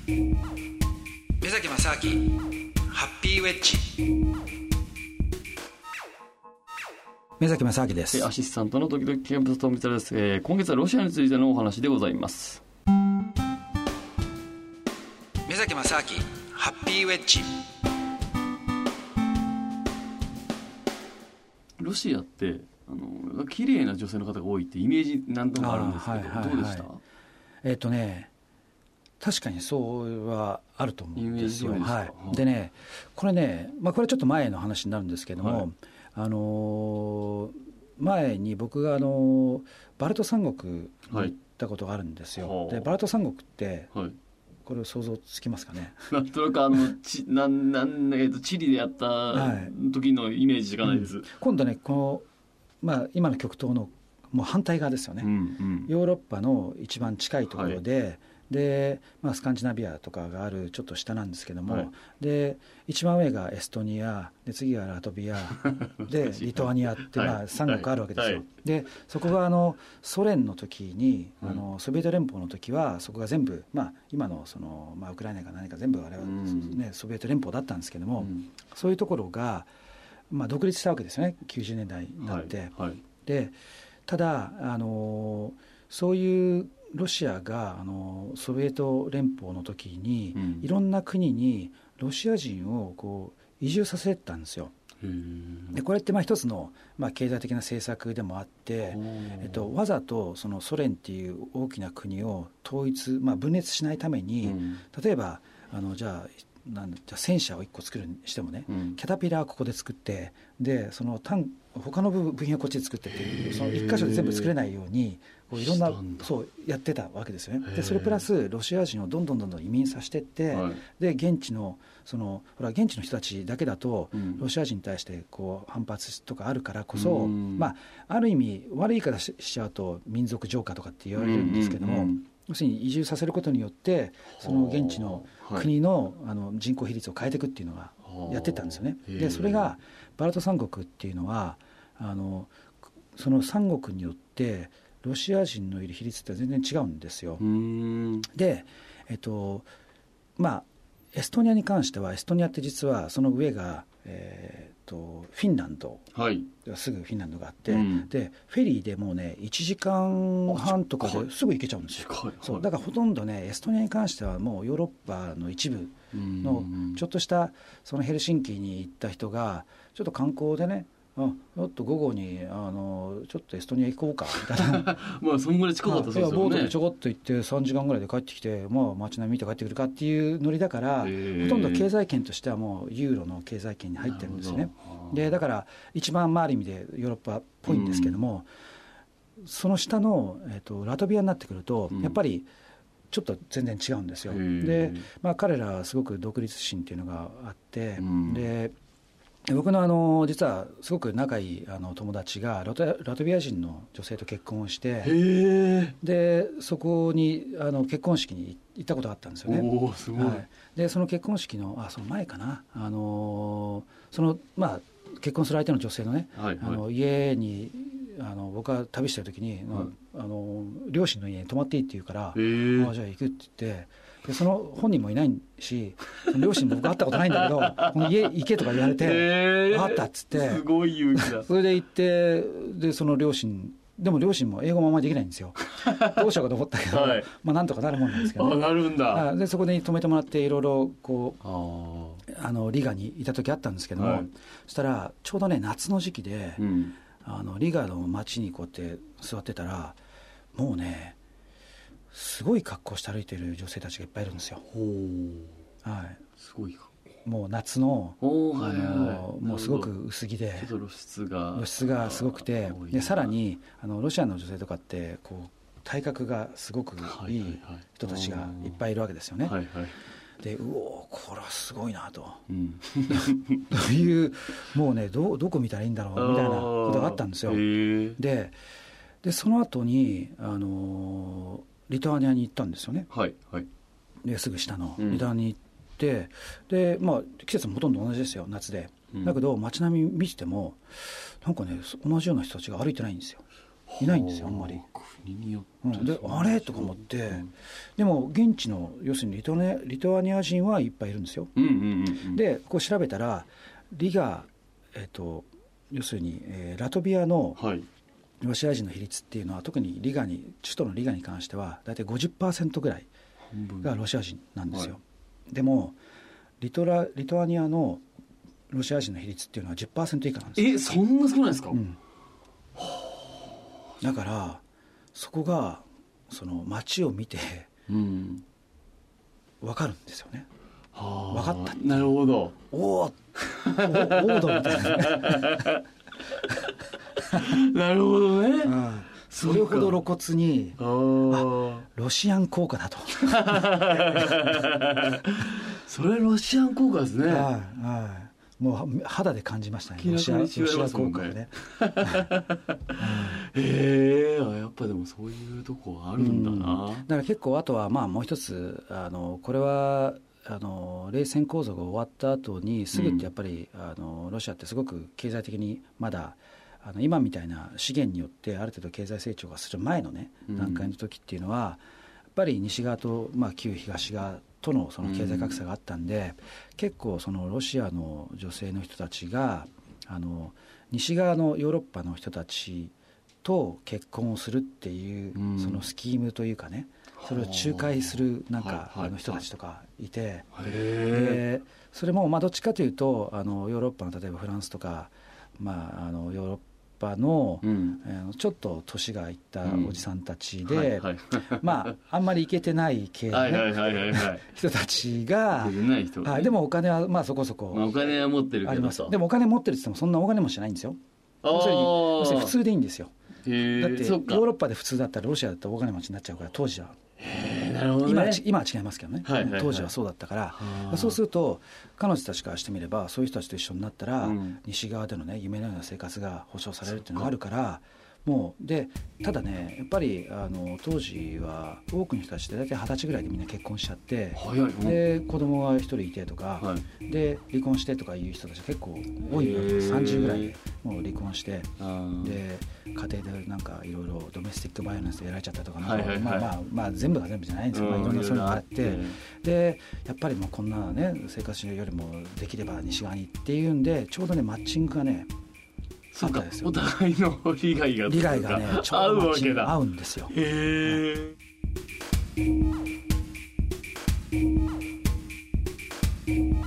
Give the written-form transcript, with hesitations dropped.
目崎正明ハッピーウェッジ。目崎正明です。 アシスタントの時々キャンプスト富田です。今月はロシアについてのお話でございます。 目崎正明ハッピーウェッジ。 ロシアって綺麗な女性の方が多いってイメージなんともあるんですけど、どうでした？ 確かにそうはあると思うんですよ。 イメージ通りですか？ でね、これね、これちょっと前の話になるんですけども、前に僕がバルト三国に行ったことがあるんですよ。でバルト三国って、これ想像つきますかね？ なんとなくチリでやった時のイメージしかないです。 今度ね、今の極東のもう反対側ですよね。ヨーロッパの一番近いところで、スカンジナビアとかがあるちょっと下なんですけども、で一番上がエストニアで、次がラトビアでリトアニアって三国あるわけですよ。でそこがソ連の時にソビエト連邦の時はそこが全部、今のウクライナか何か全部あれは、ソビエト連邦だったんですけども、そういうところが、独立したわけですよね、90年代になって。でただそういうロシアがソビエト連邦の時に、いろんな国にロシア人を移住させたんですよ。でこれって一つの経済的な政策でもあって、わざとそのソ連っていう大きな国を統一、分裂しないために、例えばじゃあ戦車を1個作るにしてもね、キャタピラーここで作って、で他の部品をこっちで作ってっていう、その1箇所で全部作れないようにいろんなそうやってたわけですよね。でそれプラスロシア人をどんどん移民させていって、で現地の人たちだけだと、ロシア人に対して反発とかあるからこそ、ある意味悪い言い方しちゃうと民族浄化とかって言われるんですけども、要するに移住させることによってその現地の国の人口比率を変えていくっていうのがやってたんですよね。でそれがバルト三国っていうのはその三国によってロシア人のいる比率って全然違うんですよ。でエストニアに関しては、エストニアって実はその上がフィンランド、すぐフィンランドがあって、でフェリーでもうね1時間半とかですぐ行けちゃうんですよ。そうだからほとんどねエストニアに関してはもうヨーロッパの一部のちょっとしたそのヘルシンキに行った人がちょっと観光でね、ちょっと午後にちょっとエストニア行こうかみたいなそんぐらい近かったそうですよね。 ボートでちょこっと行って3時間ぐらいで帰ってきて、街並み見て帰ってくるかっていうノリだから、ほとんど経済圏としてはもうユーロの経済圏に入ってるんですよね。でだから一番ある意味でヨーロッパっぽいんですけども、その下の、ラトビアになってくると、やっぱりちょっと全然違うんですよ。で、彼らはすごく独立心っていうのがあって、で僕の実はすごく仲いい友達がラトビア人の女性と結婚をして、でそこに結婚式に行ったことがあったんですよね。 すごい。 でその結婚式のその前かな、結婚する相手の女性のね、家に僕が旅してる時に、両親の家に泊まっていいって言うから、じゃあ行くって言って、でその本人もいないし、その両親も僕会ったことないんだけどこの家行けとか言われて、分かったっつって、 すごい勇気だ。 それで行って、でその両親も英語もあんまりできないんですよ。どうしようかと思ったけど、なんとかなるもんなんですけど、 なるんだ。 でそこで泊めてもらって、いろいろリガにいた時あったんですけども、そしたらちょうどね夏の時期で、リガの街にこうやって座ってたら、もうねすごい格好して歩いてる女性たちがいっぱいいるんですよ。 すごいか。 もう夏のもうすごく薄着で、 露出がすごくて、でさらにロシアの女性とかって体格がすごくいい人たちがいっぱいいるわけですよね。でこれはすごいなと、というもうねどこ見たらいいんだろうみたいなことがあったんですよ。でその後にリトアニアに行ったんですよね。ですぐ下のリトアニアに行って、で季節もほとんど同じですよ、夏で。だけど街並み見ててもなんかね同じような人たちが歩いてないんですよ。 いないんですよあんまり。 国によって、 であれとか思って、でも現地の要するにリトアニア人はいっぱいいるんですよ、でこう調べたらリガ、要するに、ラトビアのロシア人の比率っていうのは、特に首都のリガに関しては大体 50% ぐらいがロシア人なんですよ、でもリトアニアのロシア人の比率っていうのは 10% 以下なんですよ。 そんな少ないですか、 だからそこがその街を見て分かるんですよね、分かった。 なるほど。 オードみたいななるほどね、 それほど露骨にロシアン効果だとそれロシアン効果ですね。 もう肌で感じましたね、ロシア効果をねやっぱでもそういうとこあるんだな、 だから結構あとはもう一つこれは冷戦構造が終わった後にすぐってやっぱり、ロシアってすごく経済的にまだ今みたいな資源によってある程度経済成長がする前のね段階の時っていうのは、やっぱり西側と、旧東側とのその経済格差があったんで、結構そのロシアの女性の人たちが西側のヨーロッパの人たちと結婚をするっていうそのスキームというかね、それを仲介する人たちとかいて、でそれもどっちかというとヨーロッパの例えばフランスとか、ヨーロッパの、ちょっと年がいったおじさんたちで、あんまりイケてない系の人たちが、でもお金はそこそこお金は持ってるけどさ、 でもお金持ってるって言ってもそんなお金もしないんですよ。要するに普通でいいんですよ。だってヨーロッパで普通だったらロシアだったら大金持ちになっちゃうから、当時は。 なるほどね、 今は違いますけどね、当時はそうだったから、そうすると彼女たちからしてみればそういう人たちと一緒になったら、西側でのね夢のような生活が保障されるっていうのがあるから、もうでただねやっぱり当時は多くの人たちって大体20歳ぐらいでみんな結婚しちゃって、で子供が1人いてとか、で離婚してとかいう人たちが結構多いわけです。30ぐらいでもう離婚して、で家庭でなんかいろいろドメスティックバイオレンスでやられちゃったとか、全部が全部じゃないんですけど、いろんなそういうのがあって、でやっぱりもうこんなね生活よりもできれば西側にっていうんで、ちょうどねマッチングがねそうか、お互いの利害がねちょうどマッチングが合うんですよ。へー。